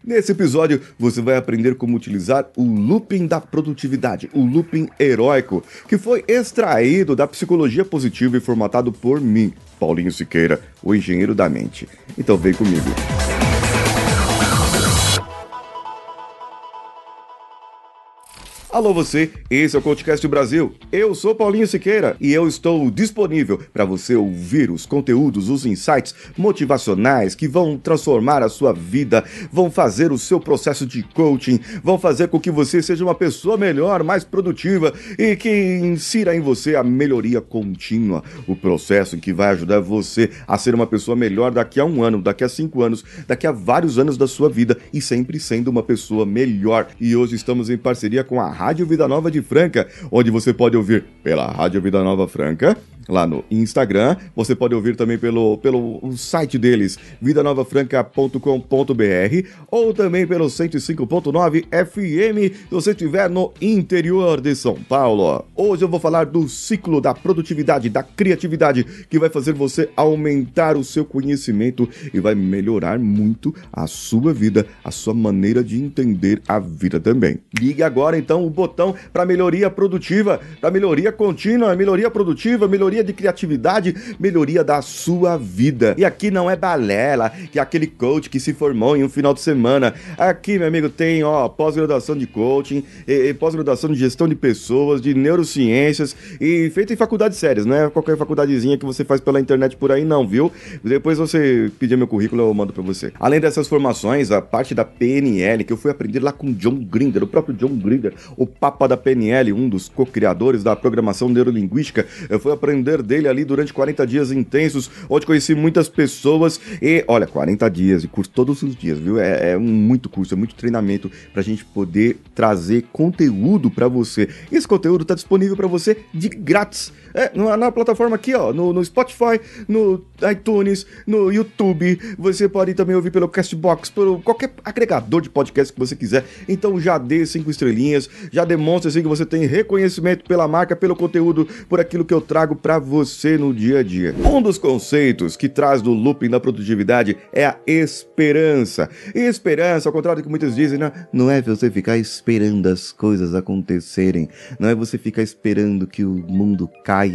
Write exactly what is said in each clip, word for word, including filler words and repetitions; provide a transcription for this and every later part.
Nesse episódio, você vai aprender como utilizar o looping da produtividade, o looping heróico, que foi extraído da psicologia positiva e formatado por mim, Paulinho Siqueira, o engenheiro da mente. Então vem comigo. Alô você, esse é o CoachCast Brasil, eu sou Paulinho Siqueira e eu estou disponível para você ouvir os conteúdos, os insights motivacionais que vão transformar a sua vida, vão fazer o seu processo de coaching, vão fazer com que você seja uma pessoa melhor, mais produtiva e que insira em você a melhoria contínua, o processo que vai ajudar você a ser uma pessoa melhor daqui a um ano, daqui a cinco anos, daqui a vários anos da sua vida e sempre sendo uma pessoa melhor. E hoje estamos em parceria com a Rádio Vida Nova de Franca, onde você pode ouvir pela Rádio Vida Nova Franca, lá no Instagram, você pode ouvir também pelo, pelo site deles, vida nova franca ponto com ponto b r, ou também pelo cento e cinco ponto nove F M, se você estiver no interior de São Paulo. Hoje eu vou falar do ciclo da produtividade, da criatividade, que vai fazer você aumentar o seu conhecimento e vai melhorar muito a sua vida, a sua maneira de entender a vida também. Ligue agora então o botão para melhoria produtiva, para melhoria contínua, melhoria produtiva, melhoria de criatividade, melhoria da sua vida. E aqui não é balela, que é aquele coach que se formou em um final de semana. Aqui, meu amigo, tem ó, pós-graduação de coaching, e, e pós-graduação de gestão de pessoas, de neurociências, e feito em faculdades sérias, não é qualquer faculdadezinha que você faz pela internet por aí não, viu? Depois você pedir meu currículo, eu mando pra você. Além dessas formações, a parte da P N L, que eu fui aprender lá com John Grinder, o próprio John Grinder, o papa da P N L, um dos co-criadores da programação neurolinguística. Eu fui aprender dele ali durante quarenta dias intensos, onde conheci muitas pessoas e, olha, quarenta dias de curso todos os dias, viu? É, é muito curso, é muito treinamento pra gente poder trazer conteúdo pra você. E esse conteúdo tá disponível pra você de grátis. É, na, na plataforma aqui, ó, no, no Spotify, no iTunes, no YouTube, você pode também ouvir pelo Castbox, pelo qualquer agregador de podcast que você quiser. Então já dê cinco estrelinhas, já demonstre assim que você tem reconhecimento pela marca, pelo conteúdo, por aquilo que eu trago pra você no dia a dia. Um dos conceitos que traz do looping da produtividade é a esperança. E esperança, ao contrário do que muitos dizem, não, não é você ficar esperando as coisas acontecerem, não é você ficar esperando que o mundo caia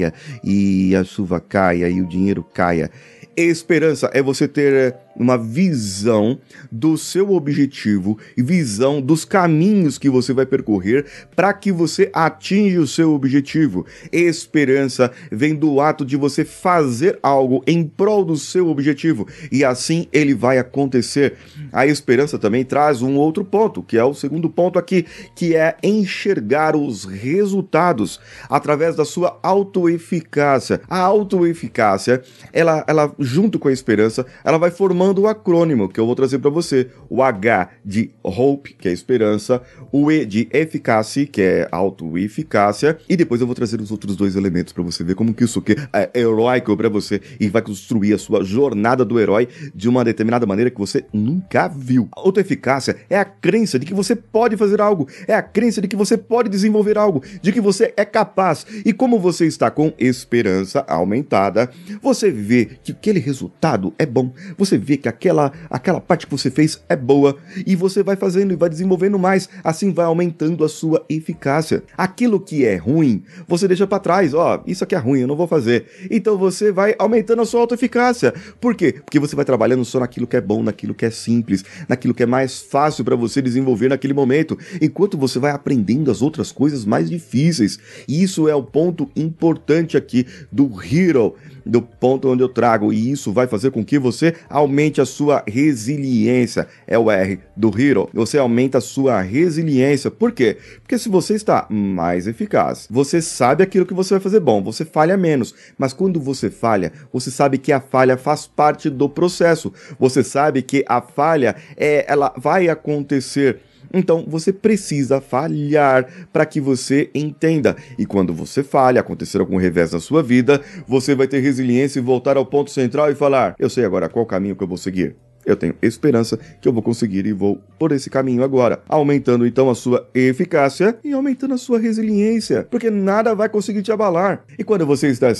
e a chuva caia e o dinheiro caia. Esperança é você ter uma visão do seu objetivo e visão dos caminhos que você vai percorrer para que você atinja o seu objetivo. Esperança vem do ato de você fazer algo em prol do seu objetivo e assim ele vai acontecer. A esperança também traz um outro ponto, que é o segundo ponto aqui, que é enxergar os resultados através da sua autoeficácia. A autoeficácia, ela, ela junto com a esperança, ela vai formando o acrônimo que eu vou trazer para você. O H de Hope, que é esperança, o E de Efficacy, que é autoeficácia, e depois eu vou trazer os outros dois elementos para você ver como que isso aqui é heróico para você e vai construir a sua jornada do herói de uma determinada maneira que você nunca viu. A autoeficácia é a crença de que você pode fazer algo, é a crença de que você pode desenvolver algo, de que você é capaz. E como você está com esperança aumentada, você vê que aquele resultado é bom, você vê que aquela, aquela parte que você fez é boa e você vai fazendo e vai desenvolvendo mais, assim vai aumentando a sua eficácia. Aquilo que é ruim, você deixa pra trás, ó, isso aqui é ruim, eu não vou fazer. Então você vai aumentando a sua autoeficácia. Por quê? Porque você vai trabalhando só naquilo que é bom, naquilo que é simples, naquilo que é mais fácil pra você desenvolver naquele momento, enquanto você vai aprendendo as outras coisas mais difíceis. E isso é o ponto importante aqui do Hero, do ponto onde eu trago, e isso vai fazer com que você aumente a sua resiliência. É o R do Hero. Você aumenta a sua resiliência. Por quê? Porque se você está mais eficaz, você sabe aquilo que você vai fazer bom, você falha menos. Mas quando você falha, você sabe que a falha faz parte do processo. Você sabe que a falha é, ela vai acontecer. Então você precisa falhar para que você entenda. E quando você falha, acontecer algum revés na sua vida, você vai ter resiliência e voltar ao ponto central e falar: eu sei agora qual caminho que eu vou seguir. Eu tenho esperança que eu vou conseguir e vou por esse caminho agora, aumentando então a sua eficácia e aumentando a sua resiliência, porque nada vai conseguir te abalar. E quando você está assim,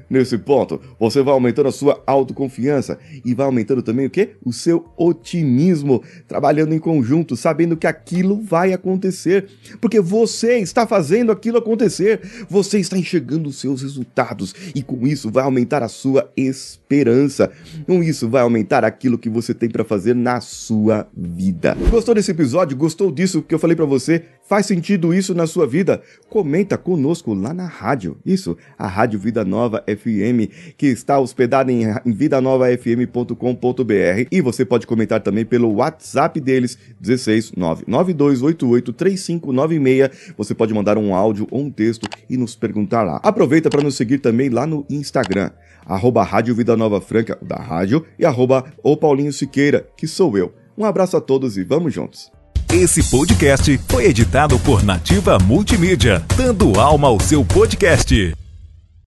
Nesse ponto, você vai aumentando a sua autoconfiança e vai aumentando também o quê? O seu otimismo, trabalhando em conjunto, sabendo que aquilo vai acontecer, porque você está fazendo aquilo acontecer, você está enxergando os seus resultados e com isso vai aumentar a sua esperança, com isso vai aumentar aquilo que você tem para fazer na sua vida. Gostou desse episódio? Gostou disso que eu falei para você? Faz sentido isso na sua vida? Comenta conosco lá na rádio, isso, a Rádio Vida Nova F M, que está hospedada em vida nova f m ponto com ponto b r, e você pode comentar também pelo WhatsApp deles, dezesseis nove nove dois oito oito três cinco nove seis. Você pode mandar um áudio ou um texto e nos perguntar lá. Aproveita para nos seguir também lá no Instagram, arroba Rádio Vida Nova Franca, da rádio, e arroba o Paulinho Siqueira, que sou eu. Um abraço a todos e vamos juntos. Esse podcast foi editado por Nativa Multimídia, dando alma ao seu podcast.